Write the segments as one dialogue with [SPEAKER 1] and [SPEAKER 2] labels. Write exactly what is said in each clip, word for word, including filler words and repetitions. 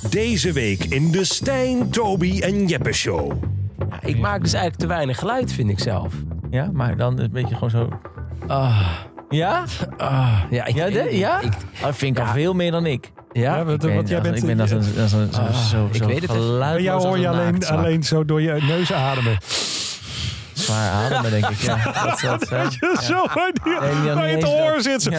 [SPEAKER 1] Deze week in de Stijn, Toby en Jeppe Show.
[SPEAKER 2] Ja, ik maak dus eigenlijk te weinig geluid, vind ik zelf.
[SPEAKER 3] Ja, maar dan een beetje gewoon zo...
[SPEAKER 2] Ah,
[SPEAKER 3] Ja?
[SPEAKER 2] ah, ja, ik,
[SPEAKER 3] Ja, de, ja?
[SPEAKER 2] Ik,
[SPEAKER 3] Oh, vind ik
[SPEAKER 2] ja.
[SPEAKER 3] al veel meer dan ik.
[SPEAKER 2] ja,
[SPEAKER 4] Ja, wat,
[SPEAKER 3] Ik ben,
[SPEAKER 4] wat jij
[SPEAKER 3] als-
[SPEAKER 4] bent...
[SPEAKER 3] ik ben als een, als een zo,
[SPEAKER 2] Ah,
[SPEAKER 3] zo,
[SPEAKER 2] ik
[SPEAKER 3] zo
[SPEAKER 2] weet het echt.
[SPEAKER 3] geluidloos
[SPEAKER 4] bij jou
[SPEAKER 3] als
[SPEAKER 4] hoor je
[SPEAKER 3] een
[SPEAKER 4] alleen,
[SPEAKER 3] naaktslak.
[SPEAKER 4] alleen zo door je neus ademen.
[SPEAKER 3] Zwaar ademen, denk ik. Ja, dat zal het zijn.
[SPEAKER 4] Dat je zo bij, die,
[SPEAKER 3] Nee, niet-
[SPEAKER 4] bij
[SPEAKER 3] niet
[SPEAKER 4] het
[SPEAKER 3] eens
[SPEAKER 4] oor
[SPEAKER 3] dat.
[SPEAKER 4] zit. Zo.
[SPEAKER 3] Ja.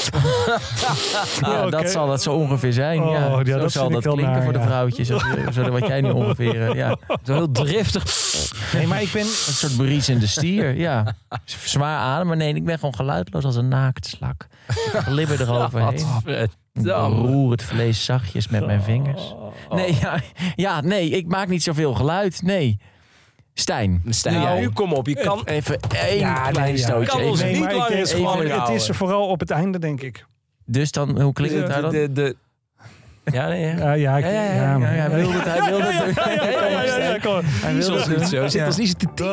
[SPEAKER 3] Ja,
[SPEAKER 4] Oké.
[SPEAKER 3] dat zal het zo ongeveer zijn.
[SPEAKER 4] Oh,
[SPEAKER 3] ja.
[SPEAKER 4] ja,
[SPEAKER 3] Zo
[SPEAKER 4] dat
[SPEAKER 3] zal
[SPEAKER 4] vind
[SPEAKER 3] dat
[SPEAKER 4] ik wel
[SPEAKER 3] klinken
[SPEAKER 4] naar,
[SPEAKER 3] voor de
[SPEAKER 4] ja.
[SPEAKER 3] vrouwtjes. Zo, zo wat jij nu ongeveer... uh, ja.
[SPEAKER 2] zo heel driftig.
[SPEAKER 4] Nee, maar ik ben...
[SPEAKER 3] Een soort beriezende stier, ja. Zwaar ademen. Nee, ik ben gewoon geluidloos als een naaktslak. Ik glibber eroverheen. Ik roer het vlees zachtjes met mijn vingers. Nee, ja, ja, nee, ik maak niet zoveel geluid. Nee. Stijn.
[SPEAKER 2] Stijn,
[SPEAKER 4] Nou,
[SPEAKER 2] nu kom op. Je kan...
[SPEAKER 3] Even één
[SPEAKER 4] Ja, nee,
[SPEAKER 3] klein
[SPEAKER 4] ja.
[SPEAKER 3] stootje.
[SPEAKER 2] Kan ons
[SPEAKER 3] Even.
[SPEAKER 2] niet
[SPEAKER 4] maar ik-
[SPEAKER 2] langer
[SPEAKER 4] het, is
[SPEAKER 2] in
[SPEAKER 4] gewoon-
[SPEAKER 2] spanning
[SPEAKER 4] het is
[SPEAKER 2] houden.
[SPEAKER 4] er vooral op het einde, denk ik.
[SPEAKER 3] Dus dan, hoe klinkt het
[SPEAKER 2] de,
[SPEAKER 3] daar dan?
[SPEAKER 2] de, de, ja, nee, ja.
[SPEAKER 4] Ja, ja, ik,
[SPEAKER 3] Ja, ja, ja,
[SPEAKER 4] ja, maar-
[SPEAKER 3] ja, hij wilde het, hij wilde het.
[SPEAKER 4] Ja, ja, ja, ja, ja, kom.
[SPEAKER 3] Hij wilde
[SPEAKER 2] Zo,
[SPEAKER 3] het.
[SPEAKER 2] zo zit
[SPEAKER 3] Ja.
[SPEAKER 2] ons niet zo te tien.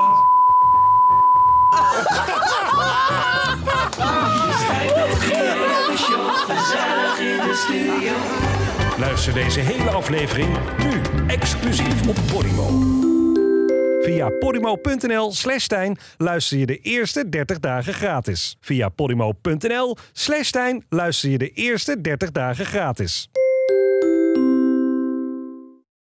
[SPEAKER 1] Luister deze hele aflevering nu exclusief op Podimo. Via podimo.nl slash Stijn luister je de eerste dertig dagen gratis. Via podimo.nl slash Stijn luister je de eerste dertig dagen gratis.